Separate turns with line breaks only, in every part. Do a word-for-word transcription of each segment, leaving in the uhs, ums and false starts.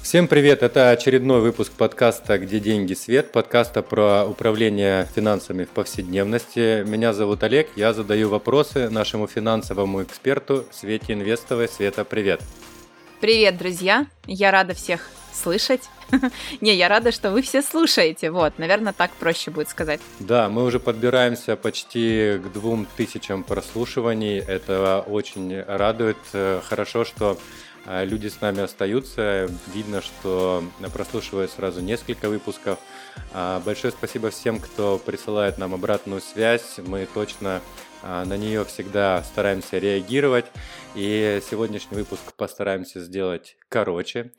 Всем привет! Это очередной выпуск подкаста «Где деньги, свет», подкаста про управление финансами в повседневности. Меня зовут Олег, я задаю вопросы нашему финансовому эксперту Свете Инвестовой. Света, привет!
Привет, друзья! Я рада всех слышать. Не, я рада, что вы все слушаете. Вот, наверное, так проще будет сказать.
Да, мы уже подбираемся почти к двум тысячам прослушиваний. Это очень радует. Хорошо, что люди с нами остаются. Видно, что прослушивают сразу несколько выпусков. Большое спасибо всем, кто присылает нам обратную связь. Мы точно на нее всегда стараемся реагировать. И сегодняшний выпуск постараемся сделать короче.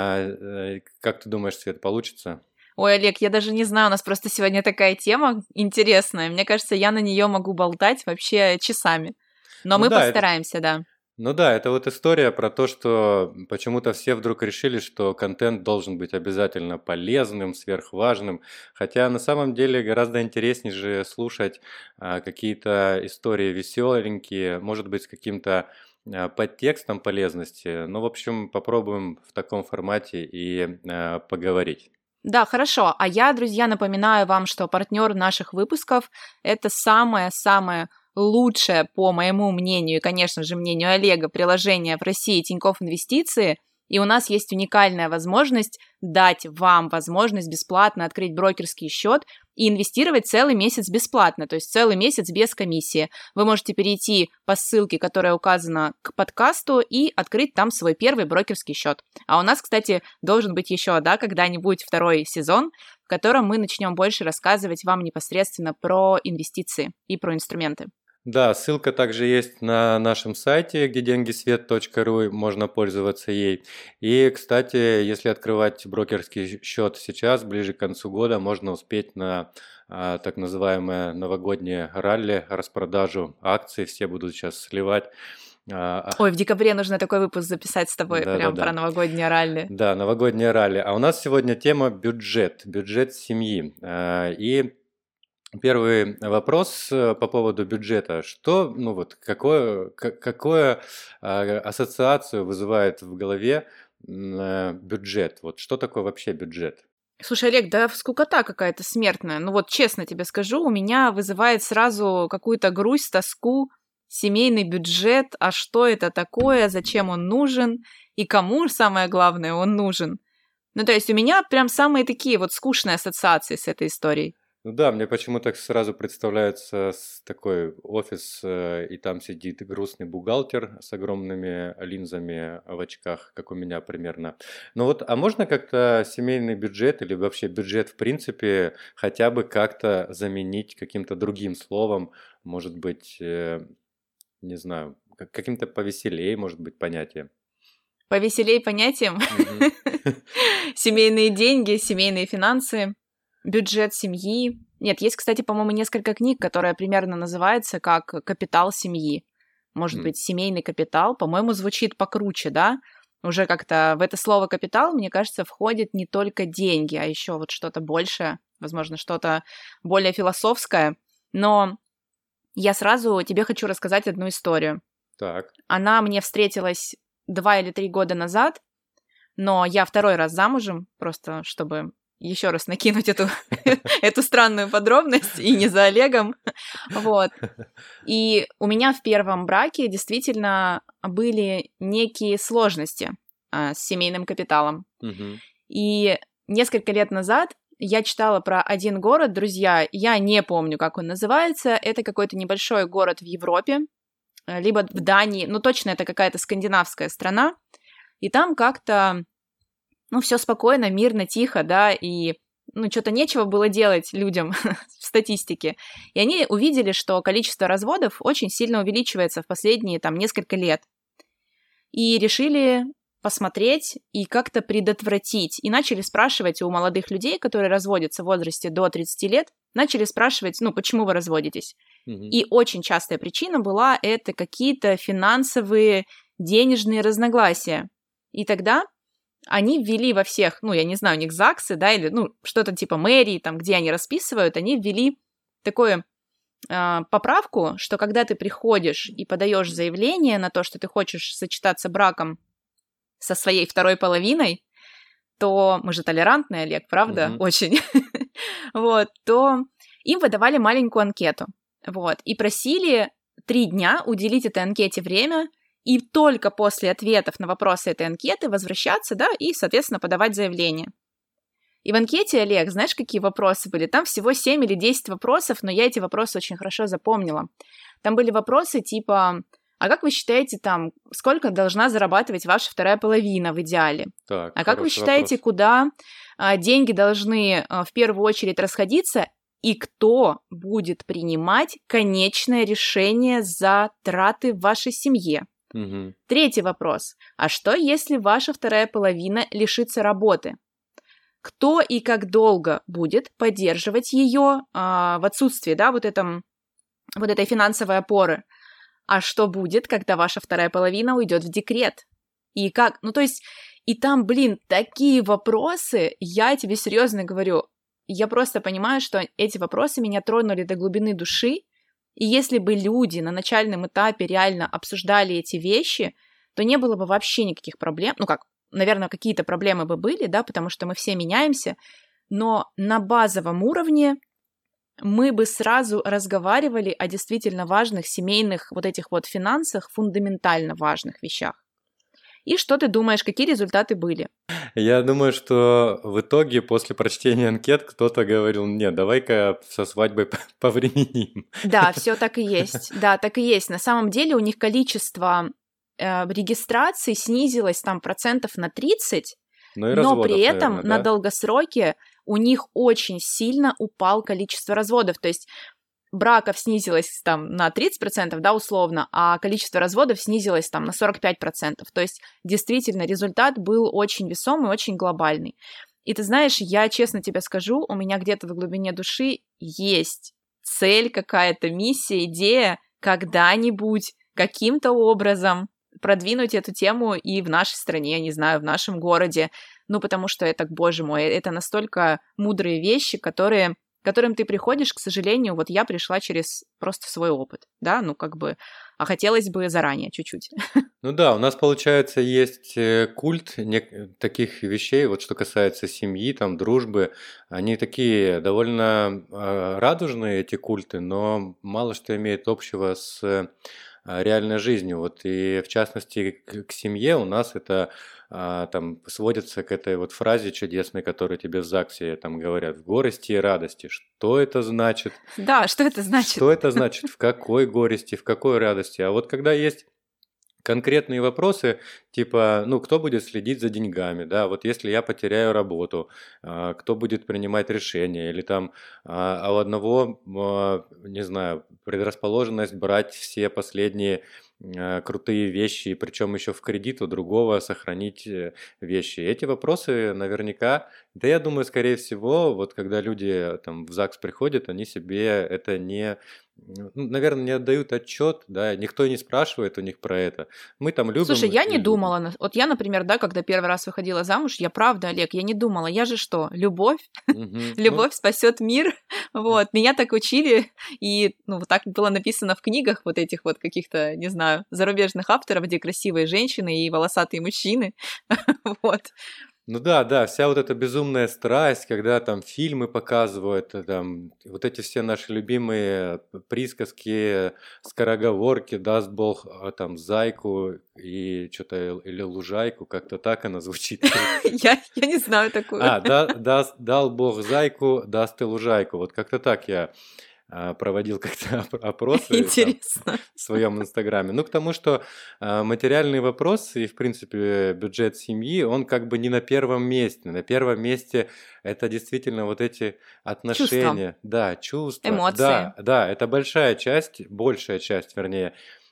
Как ты думаешь, Свет, получится?
Ой, Олег, я даже не знаю, у нас просто сегодня такая тема интересная. Мне кажется, я на нее могу болтать вообще часами. Но ну мы да, постараемся, это... да.
Ну да, это вот история про то, что почему-то все вдруг решили, что контент должен быть обязательно полезным, сверхважным, хотя на самом деле гораздо интереснее же слушать а, какие-то истории веселенькие, может быть, с каким-то а, подтекстом полезности. Ну, в общем, попробуем в таком формате и а, поговорить.
Да, хорошо. А я, друзья, напоминаю вам, что партнер наших выпусков – это самое-самое лучшее, по моему мнению, и, конечно же, мнению Олега, приложение в России Тинькофф Инвестиции, и у нас есть уникальная возможность дать вам возможность бесплатно открыть брокерский счет и инвестировать целый месяц бесплатно, то есть целый месяц без комиссии. Вы можете перейти по ссылке, которая указана к подкасту, и открыть там свой первый брокерский счет. А у нас, кстати, должен быть еще, да, когда-нибудь второй сезон, в котором мы начнем больше рассказывать вам непосредственно про инвестиции и про инструменты.
Да, ссылка также есть на нашем сайте, где деньги свет точка ру, можно пользоваться ей. И, кстати, если открывать брокерский счет сейчас, ближе к концу года, можно успеть на а, так называемое новогоднее ралли, распродажу акций, все будут сейчас сливать.
Ой, в декабре нужно такой выпуск записать с тобой, да, прям да, про да. новогоднее ралли.
Да, новогоднее ралли. А у нас сегодня тема бюджет, бюджет семьи. И первый вопрос по поводу бюджета. Что, ну вот, какое, какое ассоциацию вызывает в голове бюджет? Вот что такое вообще бюджет?
Слушай, Олег, да скукота какая-то смертная. Ну вот честно тебе скажу, у меня вызывает сразу какую-то грусть, тоску, семейный бюджет. А что это такое? Зачем он нужен? И кому, самое главное, он нужен? Ну то есть у меня прям самые такие вот скучные ассоциации с этой историей.
Ну да, мне почему-то сразу представляется такой офис, и там сидит грустный бухгалтер с огромными линзами в очках, как у меня примерно. Ну вот, а можно как-то семейный бюджет или вообще бюджет в принципе хотя бы как-то заменить каким-то другим словом, может быть, не знаю, каким-то повеселее, может быть, понятием?
Повеселее понятием? Семейные деньги, семейные финансы. Бюджет семьи. Нет, есть, кстати, по-моему, несколько книг, которые примерно называются как «Капитал семьи». Может mm. быть, «Семейный капитал». По-моему, звучит покруче, да? Уже как-то в это слово «капитал», мне кажется, входит не только деньги, а еще вот что-то большее, возможно, что-то более философское. Но я сразу тебе хочу рассказать одну историю.
Так.
Она мне встретилась два или три года назад, но я второй раз замужем, просто чтобы... еще раз накинуть эту, эту странную подробность, и не за Олегом. Вот. И у меня в первом браке действительно были некие сложности а, с семейным капиталом.
Угу.
И несколько лет назад я читала про один город, друзья, я не помню, как он называется, это какой-то небольшой город в Европе, либо в Дании, ну точно это какая-то скандинавская страна, и там как-то ну, все спокойно, мирно, тихо, да, и, ну, что-то нечего было делать людям в статистике. И они увидели, что количество разводов очень сильно увеличивается в последние, там, несколько лет. И решили посмотреть и как-то предотвратить. И начали спрашивать у молодых людей, которые разводятся в возрасте до тридцати лет, начали спрашивать, ну, почему вы разводитесь? Mm-hmm. И очень частая причина была это какие-то финансовые, денежные разногласия. И тогда они ввели во всех, ну, я не знаю, у них ЗАГСы, да, или, ну, что-то типа мэрии, там, где они расписывают, они ввели такую э, поправку, что когда ты приходишь и подаешь заявление на то, что ты хочешь сочетаться браком со своей второй половиной, то мы же толерантные, Олег, правда?
Мгм.
Очень. Вот, то им выдавали маленькую анкету. Вот, и просили три дня уделить этой анкете время, и только после ответов на вопросы этой анкеты возвращаться, да, и, соответственно, подавать заявление. И в анкете, Олег, знаешь, какие вопросы были? Там всего семь или десять вопросов, но я эти вопросы очень хорошо запомнила. Там были вопросы типа, а как вы считаете, там, сколько должна зарабатывать ваша вторая половина в идеале?
Так,
А как вы
хороший
считаете,
вопрос.
куда а, деньги должны а, в первую очередь расходиться, и кто будет принимать конечное решение за траты в вашей семье?
Мгм.
Третий вопрос. А что, если ваша вторая половина лишится работы? Кто и как долго будет поддерживать ее а, в отсутствии, да, вот, этом, вот этой финансовой опоры? А что будет, когда ваша вторая половина уйдет в декрет? И как? Ну, то есть, и там, блин, такие вопросы, я тебе серьезно говорю, я просто понимаю, что эти вопросы меня тронули до глубины души, и если бы люди на начальном этапе реально обсуждали эти вещи, то не было бы вообще никаких проблем. Ну как, наверное, какие-то проблемы бы были, да, потому что мы все меняемся, но на базовом уровне мы бы сразу разговаривали о действительно важных семейных вот этих вот финансах, фундаментально важных вещах. И что ты думаешь, какие результаты были?
Я думаю, что в итоге после прочтения анкет кто-то говорил, не, давай-ка со свадьбой п- повременим.
Да, все так и есть. Да, так и есть. На самом деле у них количество э, регистраций снизилось там процентов на тридцать,
Ну и
но
разводов,
при этом
наверное,
на
да?
долгосроке у них очень сильно упал количество разводов. То есть браков снизилось там на тридцать процентов, да, условно, а количество разводов снизилось там на сорок пять процентов. То есть действительно результат был очень весомый, очень глобальный. И ты знаешь, я честно тебе скажу, у меня где-то в глубине души есть цель какая-то, миссия, идея когда-нибудь, каким-то образом продвинуть эту тему и в нашей стране, я не знаю, в нашем городе. Ну, потому что это, боже мой, это настолько мудрые вещи, которые, к которым ты приходишь, к сожалению, вот я пришла через просто свой опыт, да, ну, как бы, а хотелось бы заранее чуть-чуть.
Ну да, у нас, получается, есть э, культ нек- таких вещей, вот что касается семьи, там, дружбы. Они такие довольно э, радужные, эти культы, но мало что имеет общего с э, реальной жизнью. Вот и в частности к, к семье у нас это а, там сводится к этой вот фразе чудесной, которую тебе в ЗАГСе там говорят: в горести и радости. Что это значит?
Да, что это значит?
Что это значит? В какой горести, в какой радости? А вот когда есть конкретные вопросы, типа, ну, кто будет следить за деньгами, да, вот если я потеряю работу, а, кто будет принимать решения, или там, а, а у одного, а, не знаю, предрасположенность брать все последние а, крутые вещи, причем еще в кредит, у другого сохранить э, вещи. Эти вопросы наверняка, да я думаю, скорее всего, вот когда люди там в ЗАГС приходят, они себе это не, ну, наверное, не отдают отчет, да, никто не спрашивает у них про это. Мы там любим
Слушай, я
или
не
любим.
думала. на- Вот я, например, да, когда первый раз выходила замуж, я правда, Олег, я не думала. Я же что, любовь?
Мгм. Ну,
Любовь спасет мир. Вот. Меня так учили, и ну, вот так было написано в книгах вот этих вот каких-то, не знаю, зарубежных авторов, где красивые женщины и волосатые мужчины. Вот.
ну да, да, вся вот эта безумная страсть, когда там фильмы показывают, э, там вот эти все наши любимые п- присказки, скороговорки, даст Бог а, там зайку и что-то или лужайку, как-то так она звучит.
Я, я не знаю такую.
А, да, даст, дал Бог зайку, даст и лужайку. Вот как-то так я а, проводил как-то оп- опросы там
Интересно.
в своем инстаграме. Ну, к тому, что а, материальный вопрос и, в принципе, бюджет семьи, он как бы не на первом месте. На первом месте это действительно вот эти
Чувства,
отношения, да, чувства.
эмоции.
Да, да, это большая часть, большая часть, вернее,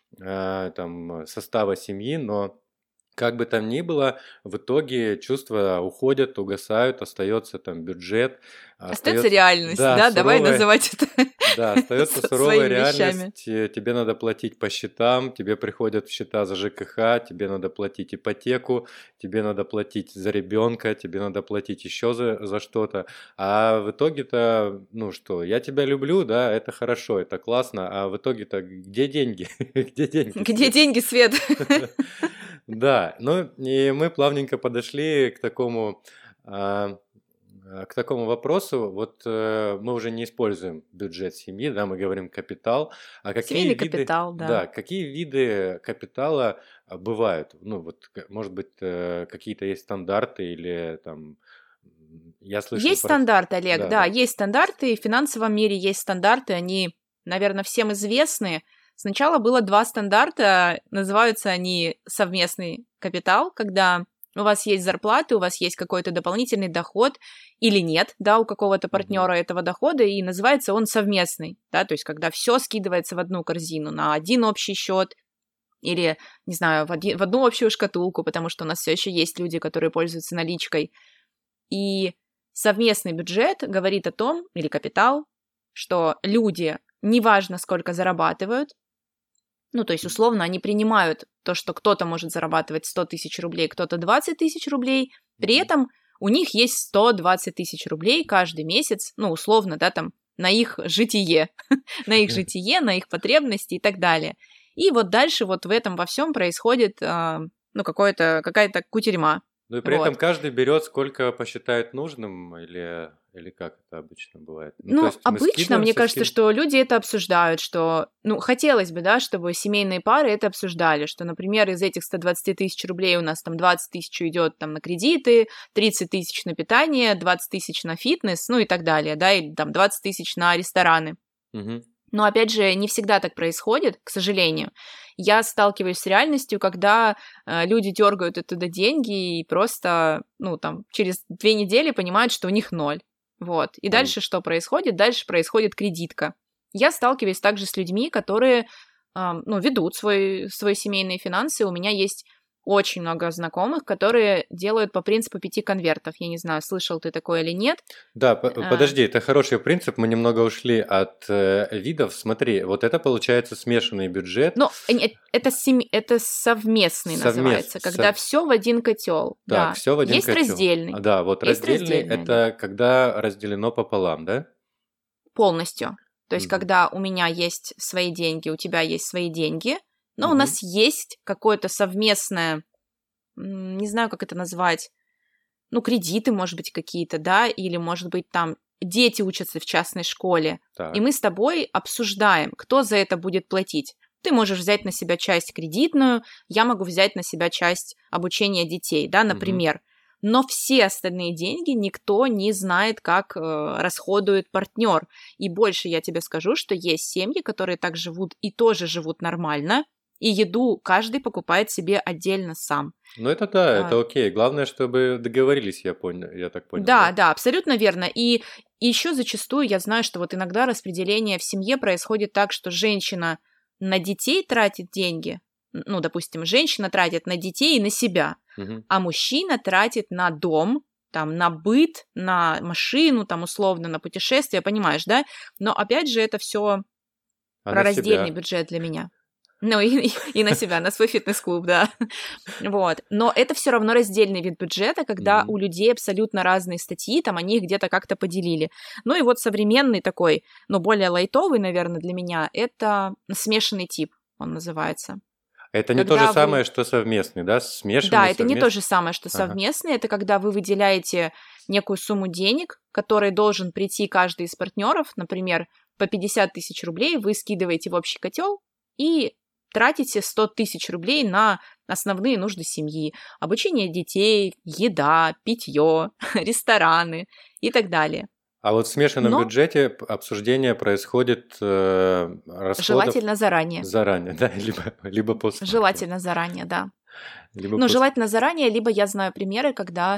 а, там, состава семьи, но как бы там ни было, в итоге чувства уходят, угасают, остается там бюджет,
Остается
остается,
реальность,
да,
да? Давай
суровая,
называть это
да, остается
с-
суровая
своими вещами.
реальность. э, Тебе надо платить по счетам, тебе приходят счета за ЖКХ, тебе надо платить ипотеку, тебе надо платить за ребенка, тебе надо платить еще за, за что-то. А в итоге-то, ну что, я тебя люблю, да, это хорошо, это классно, а в итоге-то где деньги? Где деньги,
Где
Свет?
деньги, Свет?
Да, ну и мы плавненько подошли к такому А, к такому вопросу, вот э, мы уже не используем бюджет семьи, да, мы говорим капитал. А какие
Семейный
виды,
капитал, да.
да, какие виды капитала а, бывают? Ну, вот, к- может быть, э, какие-то есть стандарты или там, м, я слышал
Есть
про...
стандарты, Олег,
Да,
да,
да.
есть стандарты, и в финансовом мире есть стандарты, они, наверное, всем известны. Сначала было два стандарта, называются они совместный капитал, когда у вас есть зарплата, у вас есть какой-то дополнительный доход или нет, да, у какого-то
Мгм.
партнера этого дохода, и называется он совместный, да, то есть когда все скидывается в одну корзину на один общий счет или, не знаю, в, один, в одну общую шкатулку, потому что у нас все еще есть люди, которые пользуются наличкой. И совместный бюджет говорит о том, или капитал, что люди, неважно сколько зарабатывают, ну, то есть, условно, они принимают то, что кто-то может зарабатывать сто тысяч рублей, кто-то двадцать тысяч рублей, при
Мгм.
этом у них есть сто двадцать тысяч рублей каждый месяц, ну, условно, да, там, на их житие, на их житие, на их потребности и так далее. И вот дальше вот в этом во всем происходит, а, ну, какое-то, какая-то кутерьма.
Ну и при этом
Вот.
каждый берет, сколько посчитает нужным, или, или как это обычно бывает? Ну, то
Ну,
есть мы
обычно, мне
скидываемся,
кажется,
скид...
что люди это обсуждают, что, ну, хотелось бы, да, чтобы семейные пары это обсуждали, что, например, из этих ста двадцати тысяч рублей у нас там двадцать тысяч идет там на кредиты, тридцать тысяч на питание, двадцать тысяч на фитнес, ну и так далее, да, и там двадцать тысяч на рестораны.
Мгм.
Но, опять же, не всегда так происходит, к сожалению. Я сталкиваюсь с реальностью, когда э, люди дергают оттуда деньги и просто, ну, там, через две недели понимают, что у них ноль. Вот. И
Там,
дальше что происходит? Дальше происходит кредитка. Я сталкиваюсь также с людьми, которые, э, ну, ведут свой, свои семейные финансы. У меня есть очень много знакомых, которые делают по принципу пяти конвертов. Я не знаю, слышал ты такое или нет.
да, п-
Э,
подожди, это хороший принцип, мы немного ушли от э, видов. Смотри, вот это получается смешанный бюджет,
Ну, э- это, семи- это совместный
совмест,
называется, когда
сов-
все в один котел.
так,
Да.
все в один
Есть
котел. А,
раздельный.
да, вот
Есть
раздельный
раздельный, Олег.
это когда разделено пополам, да?
Полностью. То есть,
Мгм.
когда у меня есть свои деньги, у тебя есть свои деньги, но у
Мгм.
нас есть какое-то совместное, м, не знаю, как это назвать, ну, кредиты, может быть, какие-то, да, или, может быть, там дети учатся в частной школе, и
Так.
мы с тобой обсуждаем, кто за это будет платить. Ты можешь взять на себя часть кредитную, я могу взять на себя часть обучения детей, да,
Мгм.
например. Но все остальные деньги никто не знает, как э, расходует партнер. И больше я тебе скажу, что есть семьи, которые так живут и тоже живут нормально, и еду каждый покупает себе отдельно сам.
Ну это да,
А,
это окей. Главное, чтобы договорились, я понял, я так понял,
Да,
да?
да, абсолютно верно. И еще зачастую я знаю, что вот иногда распределение в семье происходит так, что женщина на детей тратит деньги, н- ну, допустим, женщина тратит на детей и на себя,
Мгм.
а мужчина тратит на дом, там, на быт, на машину, там, условно, на путешествия, понимаешь, да? Но, опять же, это все
А
про
на
раздельный
себя?
бюджет для меня. Ну, и, и- и на себя, на свой фитнес-клуб, да. Вот. Но это все равно раздельный вид бюджета, когда
Мгм.
у людей абсолютно разные статьи, там они их где-то как-то поделили. Ну и вот современный такой, ну, более лайтовый, наверное, для меня, это смешанный тип, он называется.
Это не то же
Когда вы...
самое, что совместный, да?
Да,
Смешанный,
это не то
совместный.
же самое, что
Ага.
совместный, это когда вы выделяете некую сумму денег, которой должен прийти каждый из партнеров, например, по пятьдесят тысяч рублей вы скидываете в общий котел и тратите сто тысяч рублей на основные нужды семьи. Обучение детей, еда, питье, рестораны и так далее.
А вот в смешанном
Но
бюджете п- обсуждение происходит э, расходов
желательно заранее.
заранее, да? Либо, либо по ставкам.
Желательно заранее, да.
Либо
Но
по...
желательно заранее, либо я знаю примеры, когда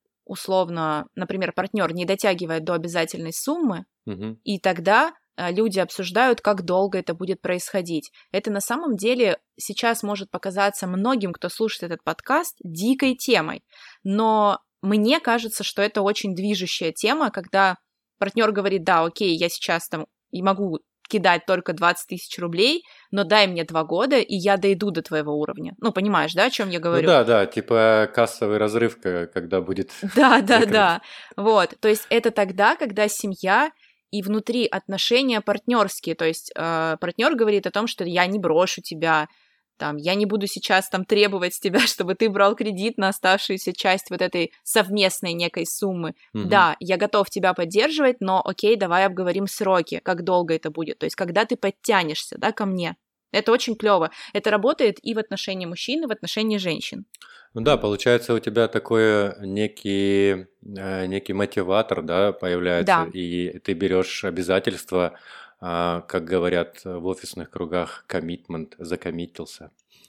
условно, например, партнер не дотягивает до обязательной суммы,
Мгм.
и тогда э, люди обсуждают, как долго это будет происходить. Это на самом деле сейчас может показаться многим, кто слушает этот подкаст, дикой темой. Но мне кажется, что это очень движущая тема, когда партнер говорит, да, окей, я сейчас там и могу кидать только двадцать тысяч рублей, но дай мне два года, и я дойду до твоего уровня. Ну, понимаешь, да, о чем я
Ну
говорю?
да, да, типа кассовый разрыв, к- когда будет
Да, да,
закрыт.
да. Вот. То есть это тогда, когда семья и внутри отношения партнерские. То есть э, партнер говорит о том, что я не брошу тебя, там, я не буду сейчас там требовать с тебя, чтобы ты брал кредит на оставшуюся часть вот этой совместной некой суммы. Угу. Да, я готов тебя поддерживать, но окей, давай обговорим сроки, как долго это будет, то есть когда ты подтянешься, да, ко мне. Это очень клево. Это работает и в отношении мужчин, и в отношении женщин.
Ну да, получается, у тебя такой некий, некий мотиватор, да, появляется, да. И ты берешь обязательства, как говорят в офисных кругах, коммитмент, закоммитился.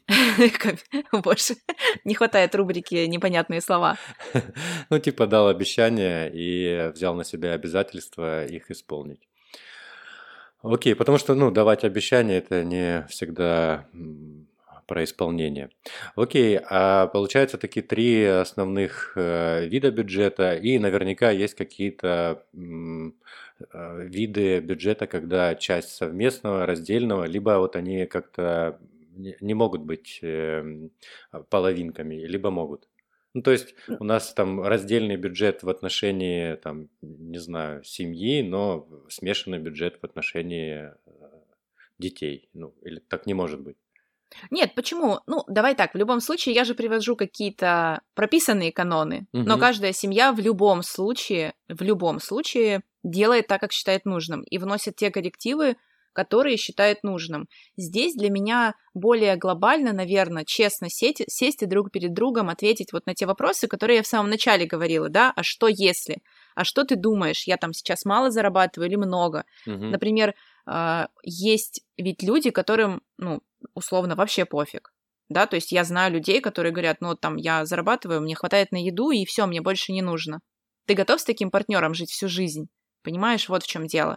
Боже, не хватает рубрики «Непонятные слова».
Ну, типа дал обещание и взял на себя обязательства их исполнить. Окей, потому что, ну, давать обещания – это не всегда про исполнение. Окей, а получается такие три основных э, вида бюджета, и наверняка есть какие-то м, э, виды бюджета, когда часть совместного, раздельного, либо вот они как-то не, не могут быть э, половинками, либо могут. Ну, то есть у нас там раздельный бюджет в отношении, там, не знаю, семьи, но смешанный бюджет в отношении детей. Ну, или так не может быть.
Нет, почему? Ну, давай так, в любом случае, я же привожу какие-то прописанные каноны, угу. Но каждая семья в любом случае, в любом случае делает так, как считает нужным, и вносит те коррективы, которые считает нужным. Здесь для меня более глобально, наверное, честно сесть, сесть и друг перед другом ответить вот на те вопросы, которые я в самом начале говорила, да, а что если? А что ты думаешь, я там сейчас мало зарабатываю или много? Угу. Например, есть ведь люди, которым, ну, условно, вообще пофиг, да, то есть я знаю людей, которые говорят, ну, там, я зарабатываю, мне хватает на еду, и все, мне больше не нужно. Ты готов с таким партнером жить всю жизнь? Понимаешь, вот в чем дело.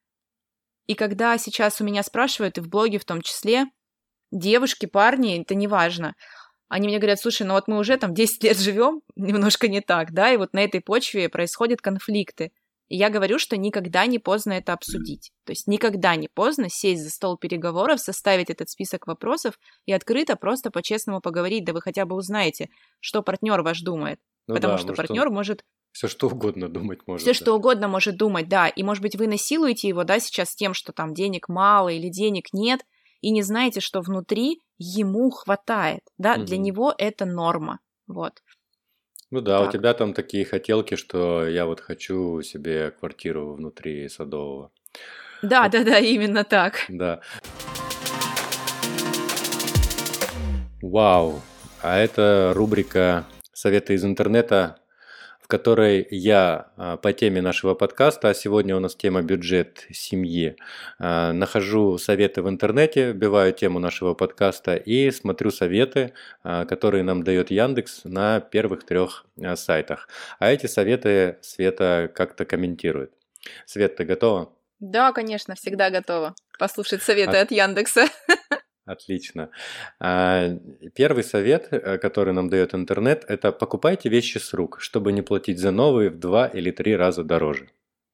И когда сейчас у меня спрашивают, и в блоге в том числе, девушки, парни, это не важно, они мне говорят, слушай, ну вот мы уже там десять лет живем, немножко не так, да, и вот на этой почве происходят конфликты. И я говорю, что никогда не поздно это обсудить. То есть никогда не поздно сесть за стол переговоров, составить этот список вопросов и открыто, просто по-честному поговорить, да вы хотя бы узнаете, что партнер ваш думает. Ну Потому да, что партнер может...
Все что угодно думать может.
Все да. что угодно может думать, да. И, может быть, вы насилуете его, да, сейчас тем, что там денег мало или денег нет, и не знаете, что внутри ему хватает, да. Угу. Для него это норма, вот.
Ну да, так. У тебя там такие хотелки, что я вот хочу себе квартиру внутри Садового.
Да, вот. да, да, именно так.
Да. Вау, а это рубрика «Советы из интернета», в которой я по теме нашего подкаста, а сегодня у нас тема бюджет семьи, нахожу советы в интернете, вбиваю тему нашего подкаста и смотрю советы, которые нам дает Яндекс на первых трех сайтах. А эти советы Света как-то комментирует. Свет, ты готова?
Да, конечно, всегда готова послушать советы от, от Яндекса.
Отлично. Первый совет, который нам дает интернет, это покупайте вещи с рук, чтобы не платить за новые в два или три раза дороже.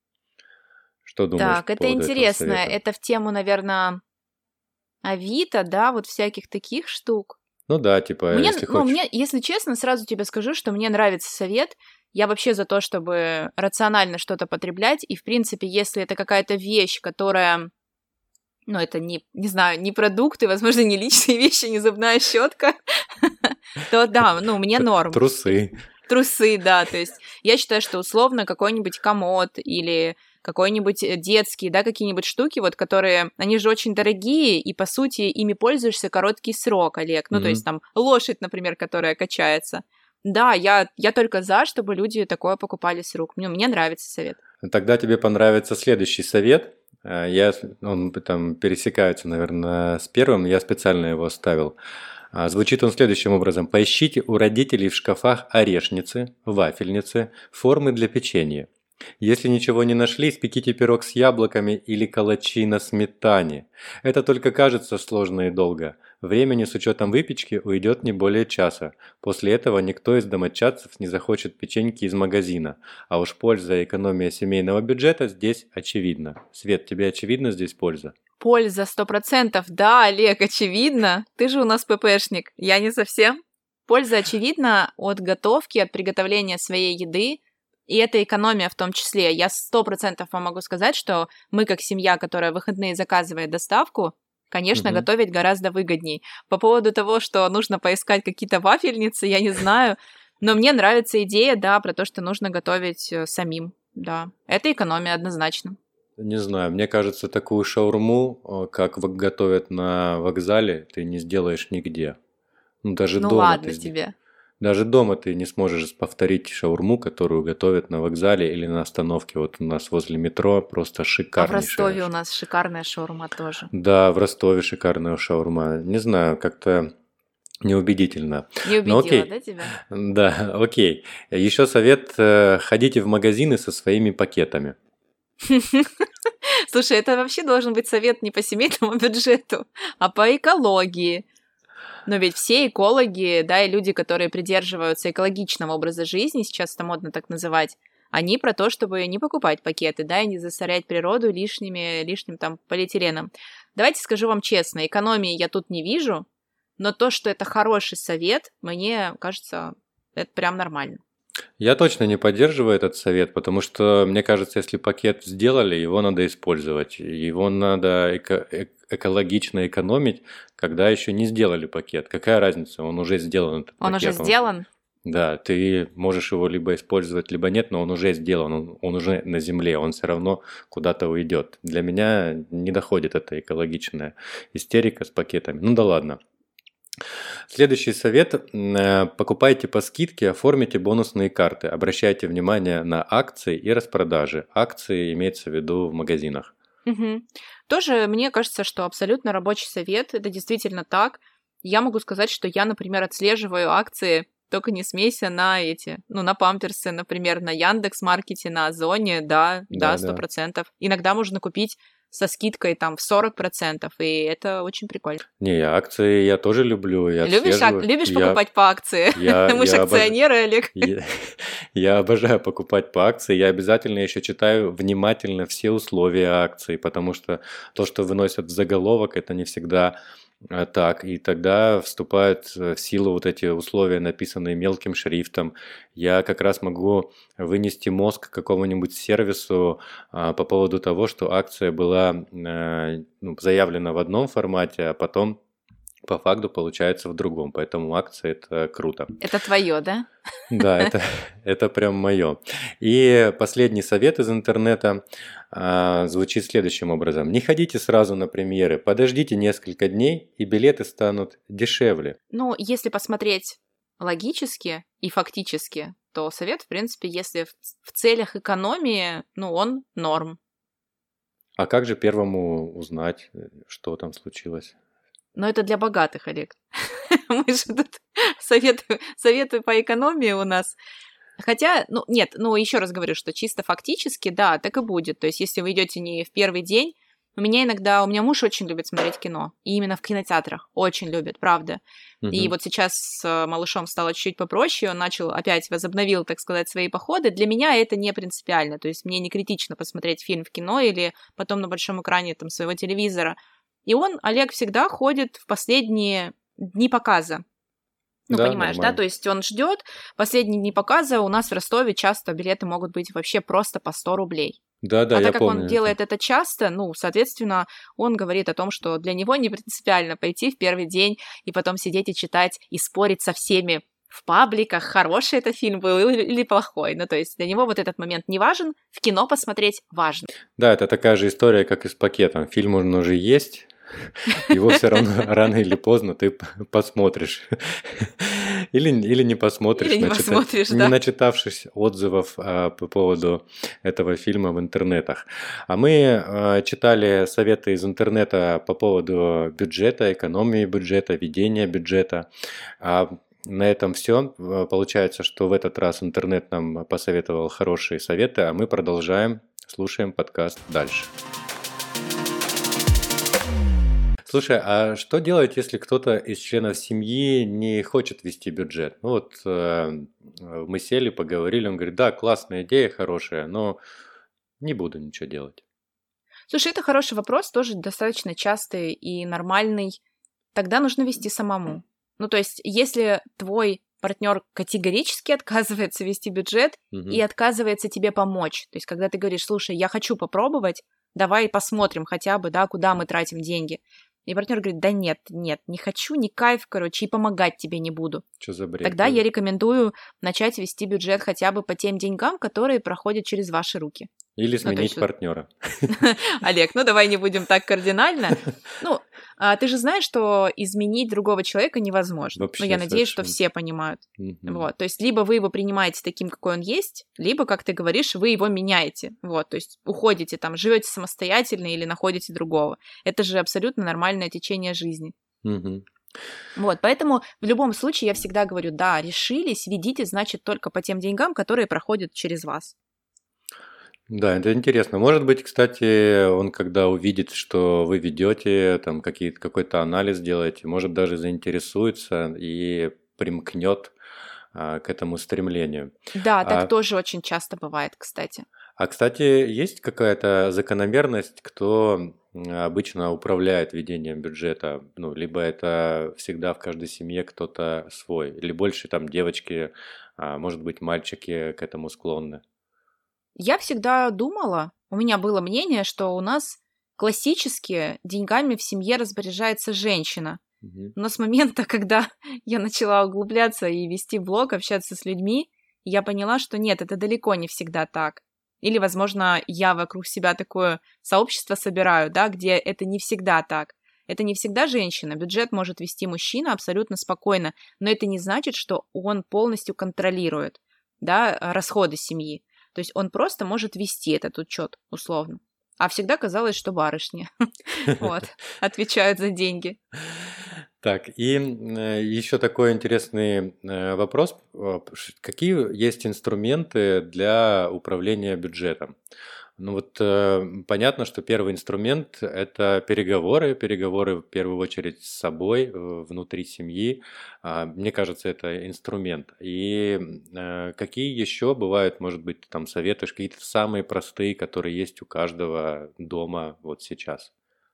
Что думаешь
так,
по
это
поводу
интересно.
этого совета?
Это в тему, наверное, Авито, да, вот всяких таких штук.
Ну да, типа,
мне,
если
ну,
хочешь.
Мне, если честно, сразу тебе скажу, что мне нравится совет. Я вообще за то, чтобы рационально что-то потреблять. И, в принципе, если это какая-то вещь, которая... Ну, это не, не знаю, не продукты, возможно, не личные вещи, не зубная щетка, то да, ну, мне норм.
Трусы.
Трусы, да, то есть я считаю, что условно какой-нибудь комод или какой-нибудь детский, да, какие-нибудь штуки, вот, которые, они же очень дорогие, и, по сути, ими пользуешься короткий срок, Олег, ну, mm-hmm. то есть там лошадь, например, которая качается. Да, я, я только за, чтобы люди такое покупали с рук. Мне, мне нравится совет.
Тогда тебе понравится следующий совет. Я, он там пересекается, наверное, с первым, я специально его оставил. Звучит он следующим образом. Поищите у родителей в шкафах орешницы, вафельницы, формы для печенья. Если ничего не нашли, испеките пирог с яблоками или калачи на сметане. Это только кажется сложно и долго. Времени с учетом выпечки уйдет не более часа. После этого никто из домочадцев не захочет печеньки из магазина. А уж польза и экономия семейного бюджета здесь очевидна. Свет, тебе очевидна здесь польза?
Польза сто процентов. Да, Олег, очевидно. Ты же у нас ППшник. Я не совсем. Польза очевидна от готовки, от приготовления своей еды. И это экономия в том числе. Я сто процентов вам могу сказать, что мы как семья, которая в выходные заказывает доставку, Конечно,
Мгм.
готовить гораздо выгодней. По поводу того, что нужно поискать какие-то вафельницы, я не знаю, но мне нравится идея, да, про то, что нужно готовить э, самим, да. Это экономия однозначно.
Не знаю, мне кажется, такую шаурму, э, как в- готовят на вокзале, ты не сделаешь нигде. Ну, даже
Ну
дома ты
ладно
сде-
тебе.
даже дома ты не сможешь повторить шаурму, которую готовят на вокзале или на остановке. Вот у нас возле метро просто
А в
шикарнейшая.
Ростове у
ш-
нас шикарная шаурма тоже.
Да, в Ростове шикарная шаурма. Не знаю, как-то неубедительно.
Не
Но
убедила,
окей.
да, тебя?
Да, окей. Еще совет, э, ходите в магазины со своими пакетами.
Слушай, это вообще должен быть совет не по семейному бюджету, а по экологии. Но ведь все экологи, да, и люди, которые придерживаются экологичного образа жизни, сейчас это модно так называть, они про то, чтобы не покупать пакеты, да, и не засорять природу лишними, лишним там полиэтиленом. Давайте скажу вам честно, экономии я тут не вижу, но то, что это хороший совет, мне кажется, это прям нормально.
Я точно не поддерживаю этот совет, потому что, мне кажется, если пакет сделали, его надо использовать. Его надо эко- э- экологично экономить, когда еще не сделали пакет. Какая разница? Он уже сделан, этот
Он уже
пакет. Он-
сделан?
Да, ты можешь его либо использовать, либо нет, но он уже сделан, он, он уже на земле, он все равно куда-то уйдет. Для меня не доходит эта экологичная истерика с пакетами. Ну да ладно. Следующий совет. м, э, Покупайте по скидке, оформите бонусные карты. Обращайте внимание на акции и распродажи. Акции имеется в виду в магазинах.
Мгм. Тоже мне кажется, что абсолютно рабочий совет. Это действительно так. Я могу сказать, что я, например, отслеживаю акции, только не смейся, на эти, ну, на памперсы, например, на Яндекс.Маркете, на Озоне, да, да,
Да,
сто
да.
процентов. Иногда можно купить со скидкой там в сорок процентов, и это очень прикольно.
Не, акции я тоже люблю, я
Любишь, ак-
отслеживаю.
любишь
Я,
покупать по акции?
я,
Мы же
я обож-
акционеры, Олег.
Я, я обожаю покупать по акции. Я обязательно еще читаю внимательно все условия акции, потому что то, что выносят в заголовок, это не всегда э, так. И тогда вступают э, в силу вот эти условия, написанные мелким шрифтом. Я как раз могу вынести мозг какому-нибудь сервису а, по поводу того, что акция была э, ну, заявлена в одном формате, а потом по факту получается в другом. Поэтому акции это круто.
Это твое, да?
Да, это, это прям мое. И последний совет из интернета а, звучит следующим образом. Не ходите сразу на премьеры, подождите несколько дней, и билеты станут дешевле.
Ну, если посмотреть логически и фактически, то совет, в принципе, если в, в целях экономии, ну, он норм.
А как же первому узнать, э, что там случилось?
Но это для богатых, Олег. Мы же тут советы, советы по экономии у нас. Хотя, ну, нет, ну, еще раз говорю, что чисто фактически, да, так и будет. То есть, если вы идете не в первый день, у меня иногда, у меня муж очень любит смотреть кино, и именно в кинотеатрах, очень любит, правда. И
Мгм.
вот сейчас с малышом стало чуть-чуть попроще, он начал опять, возобновил, так сказать, свои походы. Для меня это не принципиально, то есть мне не критично посмотреть фильм в кино или потом на большом экране там своего телевизора. И он, Олег, всегда ходит в последние дни показа. Ну,
Да,
понимаешь, да?
нормально.
То есть он ждет последние дни показа. У нас в Ростове часто билеты могут быть вообще просто по сто рублей.
Да, да,
А
я
так как он
помню это.
делает это часто, ну, соответственно, он говорит о том, что для него не принципиально пойти в первый день и потом сидеть и читать и спорить со всеми в пабликах, хороший это фильм был или, или плохой. Ну, то есть для него вот этот момент не важен, в кино посмотреть важно.
Да, это такая же история, как и с пакетом. Фильм он уже есть, его все равно рано или поздно ты п- посмотришь. Или, или не посмотришь,
Или не
начита-
посмотришь,
не
да.
начитавшись отзывов а, по поводу этого фильма в интернетах. А мы а, читали советы из интернета по поводу бюджета, экономии бюджета, ведения бюджета. А на этом все. Получается, что в этот раз интернет нам посоветовал хорошие советы, а мы продолжаем, слушаем подкаст дальше. Слушай, а что делать, если кто-то из членов семьи не хочет вести бюджет? Ну вот э, мы сели, поговорили, он говорит, да, классная идея, хорошая, но не буду ничего делать.
Слушай, это хороший вопрос, тоже достаточно частый и нормальный. Тогда нужно вести самому. Ну, то есть, если твой партнер категорически отказывается вести бюджет
Мгм.
и отказывается тебе помочь, то есть, когда ты говоришь, слушай, я хочу попробовать, давай посмотрим хотя бы, да, куда мы тратим деньги. и партнер говорит, да нет, нет, не хочу, не кайф, короче, и помогать тебе не буду.
Что за бред?
Тогда я рекомендую начать вести бюджет хотя бы по тем деньгам, которые проходят через ваши руки.
Или
Ну, то
сменить
есть вот-
партнера.
Олег, ну давай не будем так кардинально. Ну, а, ты же знаешь, что изменить другого человека невозможно.
Вообще
Ну, я надеюсь, что
совершенно.
все понимают.
Мгм.
Вот, то есть либо вы его принимаете таким, какой он есть, либо, как ты говоришь, вы его меняете. Вот, то есть уходите там, живете самостоятельно или находите другого. Это же абсолютно нормальное течение жизни.
Мгм.
Вот, поэтому в любом случае я всегда говорю, да, решились, ведите, значит, только по тем деньгам, которые проходят через вас.
Да, это интересно. Может быть, кстати, он когда увидит, что вы ведете, там какие-то, какой-то анализ делаете, может даже заинтересуется и примкнет а, к этому стремлению.
Да, так
А,
тоже очень часто бывает, кстати.
а, кстати, есть какая-то закономерность, кто м, обычно управляет ведением бюджета? Ну, либо это всегда в каждой семье кто-то свой, или больше там девочки, а, может быть, мальчики к этому склонны.
Я всегда думала, у меня было мнение, что у нас классически деньгами в семье распоряжается женщина.
Мгм.
Но с момента, когда я начала углубляться и вести блог, общаться с людьми, я поняла, что нет, это далеко не всегда так. Или, возможно, я вокруг себя такое сообщество собираю, да, где это не всегда так. Это не всегда женщина. Бюджет может вести мужчина абсолютно спокойно, но это не значит, что он полностью контролирует, да, расходы семьи. То есть он просто может вести этот учет, условно. А всегда казалось, что барышни вот, отвечают за деньги.
Так, и еще такой интересный э, вопрос. Э, ш- Какие есть инструменты для управления бюджетом? Ну вот э, понятно, что первый инструмент– это переговоры, переговоры в первую очередь с собой, э, внутри семьи. А, Мне кажется, это инструмент. И э, какие еще бывают, может быть, ты там советуешь, какие-то самые простые, которые есть у каждого дома вот сейчас?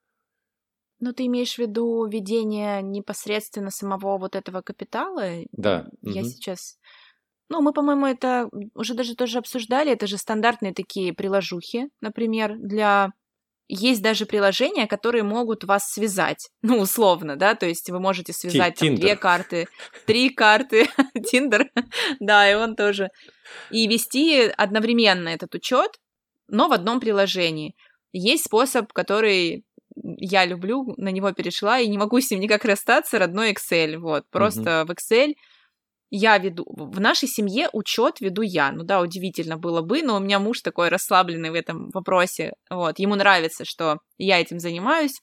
Ну, ты имеешь в виду ведение непосредственно самого вот этого капитала?
Да.
Я
Мгм.
сейчас... Ну, мы, по-моему, это уже даже тоже обсуждали. Это же стандартные такие приложухи, например, для... Есть даже приложения, которые могут вас связать, ну, условно, да, то есть вы можете
Ти-
связать там две
Тиндер.
карты, три карты, Тиндер, да, и он тоже, и вести одновременно этот учет, но в одном приложении. Есть способ, который я люблю, на него перешла, и не могу с ним никак расстаться, родной Excel, вот,
Мгм.
просто в Excel я веду, в нашей семье учет веду я. Ну да, удивительно было бы, но у меня муж такой расслабленный в этом вопросе. Вот, ему нравится, что я этим занимаюсь.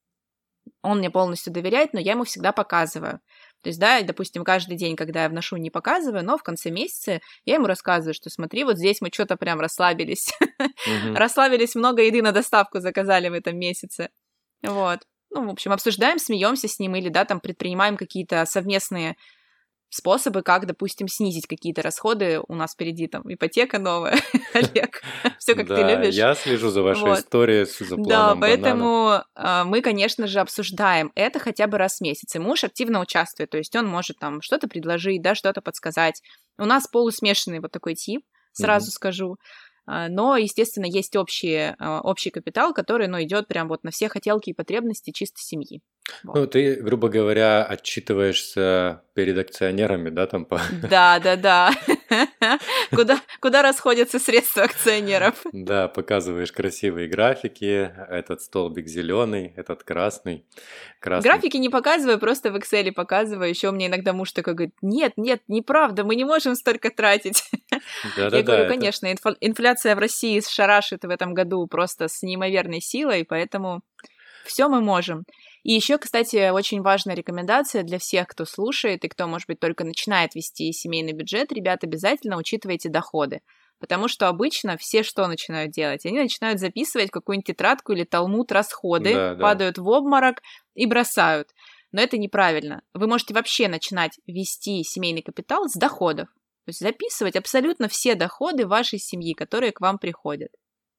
Он мне полностью доверяет, но я ему всегда показываю. То есть, да, допустим, каждый день, когда я вношу, не показываю, но в конце месяца я ему рассказываю, что смотри, вот здесь мы что-то прям расслабились.
Мгм.
Расслабились, много еды на доставку заказали в этом месяце. Вот. Ну, в общем, обсуждаем, смеемся с ним или, да, там предпринимаем какие-то совместные способы, как, допустим, снизить какие-то расходы. У нас впереди там ипотека новая, Олег. Все как ты
Да,
любишь.
я слежу за вашей
Вот.
историей, с- за
Да,
планом банана.
поэтому а, мы, конечно же, обсуждаем это хотя бы раз в месяц. И муж активно участвует, то есть он может там что-то предложить, да, что-то подсказать. У нас полусмешанный вот такой тип, сразу
Мгм.
скажу. А, Но, естественно, есть общий, а, общий капитал, который, ну, идет прям вот на все хотелки и потребности чисто семьи. Вот.
Ну, ты, грубо говоря, отчитываешься перед акционерами, да, там по...
Да, да, да. Куда, куда расходятся средства акционеров?
Да, показываешь красивые графики, этот столбик зеленый, этот красный, красный.
Графики не показываю, просто в Excel показываю. Еще мне иногда муж такой говорит, нет, нет, неправда, мы не можем столько тратить. Я
Да-да-да,
говорю,
это...
конечно, инфа- инфляция в России шарашит в этом году просто с неимоверной силой, поэтому все мы можем. И еще, кстати, очень важная рекомендация для всех, кто слушает и кто, может быть, только начинает вести семейный бюджет. Ребят, обязательно учитывайте доходы. Потому что обычно все что начинают делать? Они начинают записывать в какую-нибудь тетрадку или талмуд расходы,
Да, да.
падают в обморок и бросают. Но это неправильно. Вы можете вообще начинать вести семейный капитал с доходов. То есть записывать абсолютно все доходы вашей семьи, которые к вам приходят.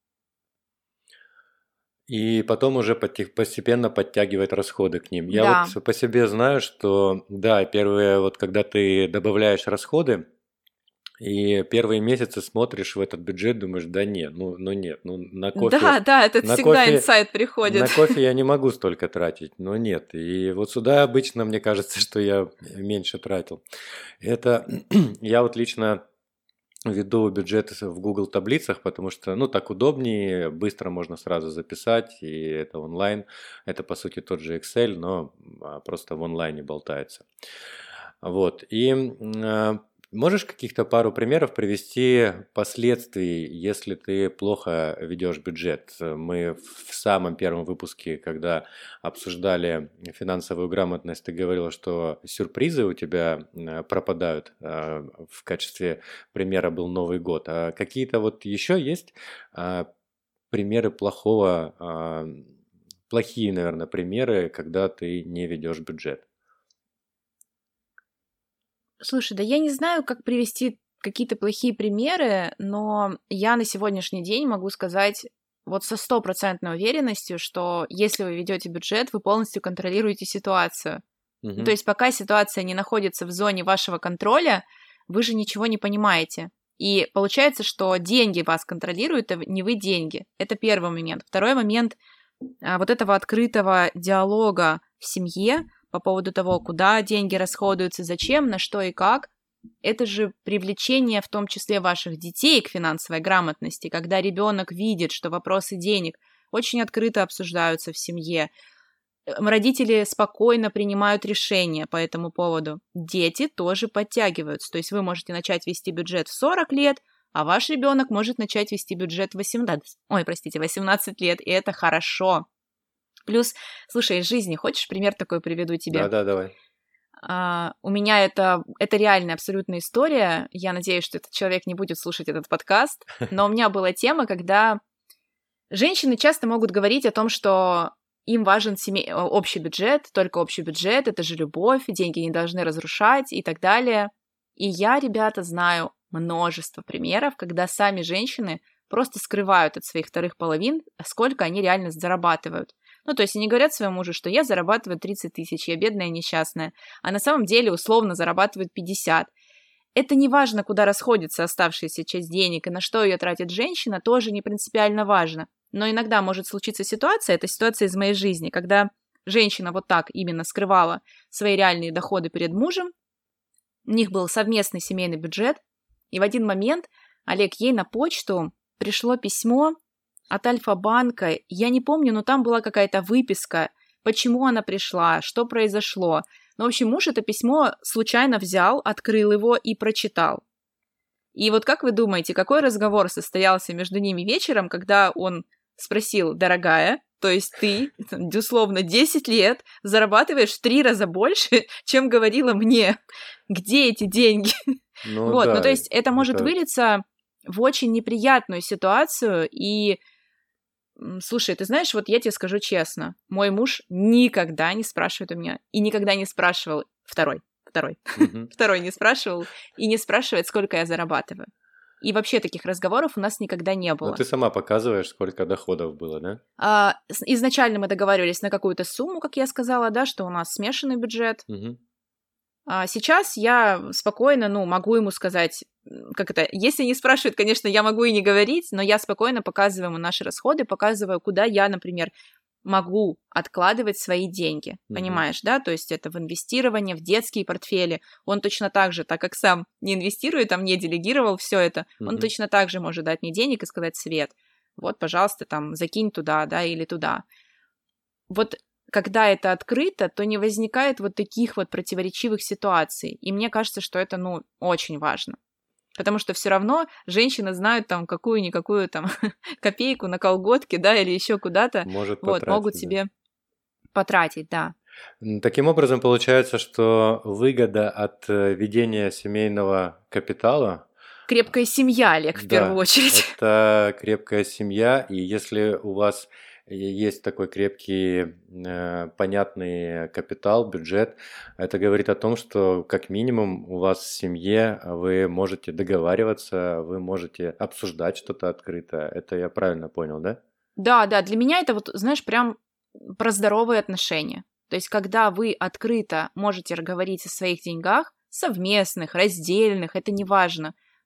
И потом уже потих- постепенно подтягивать расходы к ним. Я
Да.
вот по себе знаю, что, да, первое, вот когда ты добавляешь расходы, И первые месяцы смотришь в этот бюджет, думаешь, да нет, ну, ну нет, ну на кофе...
Да, да, это
на
всегда
кофе,
инсайт приходит.
на кофе я не могу столько тратить, но нет. И вот сюда обычно, мне кажется, что я меньше тратил. Это я вот лично веду бюджет в Google таблицах, потому что, ну, так удобнее, быстро можно сразу записать, и это онлайн. Это, по сути, тот же Excel, но а, просто в онлайне болтается. Вот. И а, можешь каких-то пару примеров привести последствий, если ты плохо ведешь бюджет? Мы в самом первом выпуске, когда обсуждали финансовую грамотность, ты говорила, что сюрпризы у тебя э, пропадают. Э, В качестве примера был Новый год. А какие-то вот еще есть а, примеры плохого, а, плохие, наверное, примеры, когда ты не ведешь бюджет?
Слушай, да я не знаю, как привести какие-то плохие примеры, но я на сегодняшний день могу сказать вот со стопроцентной уверенностью, что если вы ведете бюджет, вы полностью контролируете ситуацию. Ну,
Мгм.
то есть пока ситуация не находится в зоне вашего контроля, вы же ничего не понимаете. И получается, что деньги вас контролируют, а не вы деньги. Это первый момент. Второй момент а, вот этого открытого диалога в семье по поводу того, куда деньги расходуются, зачем, на что и как. Это же привлечение в том числе ваших детей к финансовой грамотности, когда ребенок видит, что вопросы денег очень открыто обсуждаются в семье. М, Родители спокойно принимают решения по этому поводу. Дети тоже подтягиваются. То есть вы можете начать вести бюджет в сорок лет, а ваш ребенок может начать вести бюджет в восемнадцать, ой, простите, восемнадцать лет, и это хорошо. Плюс, слушай, из жизни, хочешь пример такой приведу тебе?
Да-да, давай.
А, у меня это, это реальная абсолютная история. Я надеюсь, что этот человек не будет слушать этот подкаст. Но у меня была тема, когда женщины часто могут говорить о том, что им важен семей... общий бюджет, только общий бюджет, это же любовь, деньги не должны разрушать и так далее. И я, ребята, знаю множество примеров, когда сами женщины просто скрывают от своих вторых половин, сколько они реально зарабатывают. Ну, то есть они говорят своему мужу, что я зарабатываю тридцать тысяч, я бедная несчастная, а на самом деле условно зарабатывают пятьдесят. Это не важно, куда расходится оставшаяся часть денег и на что ее тратит женщина, тоже не принципиально важно. Но иногда может случиться ситуация, это ситуация из моей жизни, когда женщина вот так именно скрывала свои реальные доходы перед мужем, у них был совместный семейный бюджет, и в один момент, Олег, ей на почту пришло письмо от Альфа-банка, я не помню, но там была какая-то выписка, почему она пришла, что произошло. Ну, в общем, муж это письмо случайно взял, открыл его и прочитал. И вот как вы думаете, какой разговор состоялся между ними вечером, когда он спросил: дорогая, то есть ты, условно, десять лет зарабатываешь в три раза больше, чем говорила мне. Где эти деньги?
Ну
Вот, ну
да,
то есть это может
это...
вылиться в очень неприятную ситуацию, и м, слушай, ты знаешь, вот я тебе скажу честно, мой муж никогда не спрашивает у меня, и никогда не спрашивал, второй, второй,
Мгм.
второй не спрашивал, и не спрашивает, сколько я зарабатываю. И вообще таких разговоров у нас никогда не
Но
было.
ты сама показываешь, сколько доходов было, да?
А, с- изначально мы договаривались на какую-то сумму, как я сказала, да, что у нас смешанный бюджет.
Мгм.
А сейчас я спокойно, ну, могу ему сказать, м, как это, если не спрашивают, конечно, я могу и не говорить, но я спокойно показываю ему наши расходы, показываю, куда я, например, могу откладывать свои деньги,
Мгм.
понимаешь, да, то есть это в инвестирование, в детские портфели. Он точно так же, так как сам не инвестирует, а мне делегировал все это, он
Мгм.
точно так же может дать мне денег и сказать: Свет, вот, пожалуйста, там, закинь туда, да, или туда. Вот когда это открыто, то не возникает вот таких вот противоречивых ситуаций. И мне кажется, что это, ну, очень важно. Потому что все равно женщины знают там какую-никакую там копейку на колготки, да, или еще куда-то,
Может
вот, могут
потратить, да.
себе потратить, да.
М, Таким образом, получается, что выгода от э, ведения семейного капитала,
Крепкая семья, Олег, в первую
да,
очередь.
это крепкая семья, и если у вас и есть такой крепкий, э, понятный капитал, бюджет, это говорит о том, что как минимум у вас в семье вы можете договариваться, вы можете обсуждать что-то открыто. Это я правильно понял, да?
Да, да, для меня это вот, знаешь, прям про здоровые отношения. То есть, когда вы открыто можете говорить о своих деньгах, совместных, раздельных, это не важно,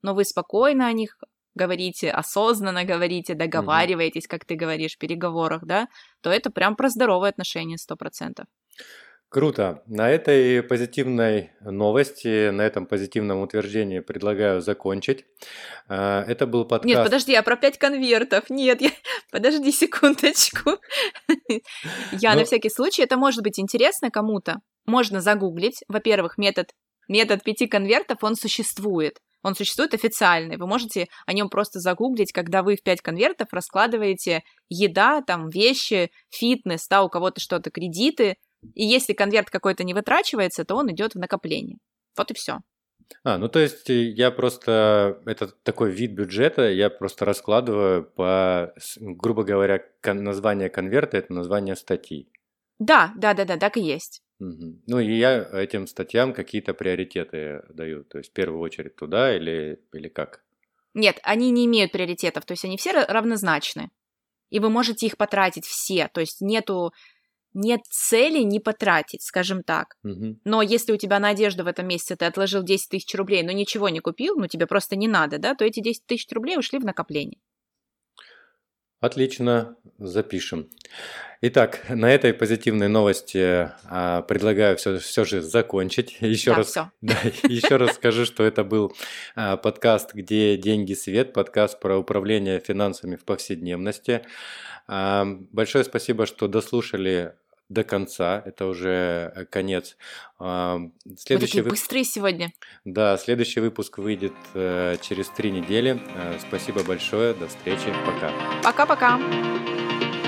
но вы спокойно о них говорите, осознанно говорите, договариваетесь, как ты говоришь, в переговорах, да, то это прям про здоровые отношения сто процентов.
Круто. На этой позитивной новости, на этом позитивном утверждении предлагаю закончить. А, Это был подкаст...
Нет, подожди, а про пять конвертов? Нет, я... подожди секундочку. Я
Ну,
на всякий случай, это может быть интересно кому-то. Можно загуглить. Во-первых, метод, метод пяти конвертов, он существует. Он существует официальный. Вы можете о нем просто загуглить, когда вы в пять конвертов раскладываете еда, там, вещи, фитнес, да, у кого-то что-то, кредиты. И если конверт какой-то не вытрачивается, то он идет в накопление. Вот и все.
А, ну то есть э, я просто, это такой вид бюджета, я просто раскладываю по, с- грубо говоря, кон- название конверта – это название статьи.
Да, да, да, да, так и есть.
Мгм. Ну и я этим статьям какие-то приоритеты даю, то есть в первую очередь туда или, или как?
Нет, они не имеют приоритетов, то есть они все ра- равнозначны. И вы можете их потратить все, то есть нету, нет цели не потратить, скажем так.
Мгм.
Но если у тебя на одежду в этом месяце ты отложил десять тысяч рублей, но ничего не купил, ну тебе просто не надо, да, то эти десять тысяч рублей ушли в накопление.
Отлично, запишем. Итак, на этой позитивной новости а, предлагаю все, все же закончить. Еще
Да,
раз,
все.
да, еще раз скажу, что это был а, подкаст «Где деньги, свет», подкаст про управление финансами в повседневности. А, Большое спасибо, что дослушали до конца. Это уже э, конец. А,
Вы
Следующий
такие
выпуск.
быстрые сегодня.
Да, следующий выпуск выйдет э, через три недели. Э, Спасибо большое, до встречи, пока.
Пока-пока.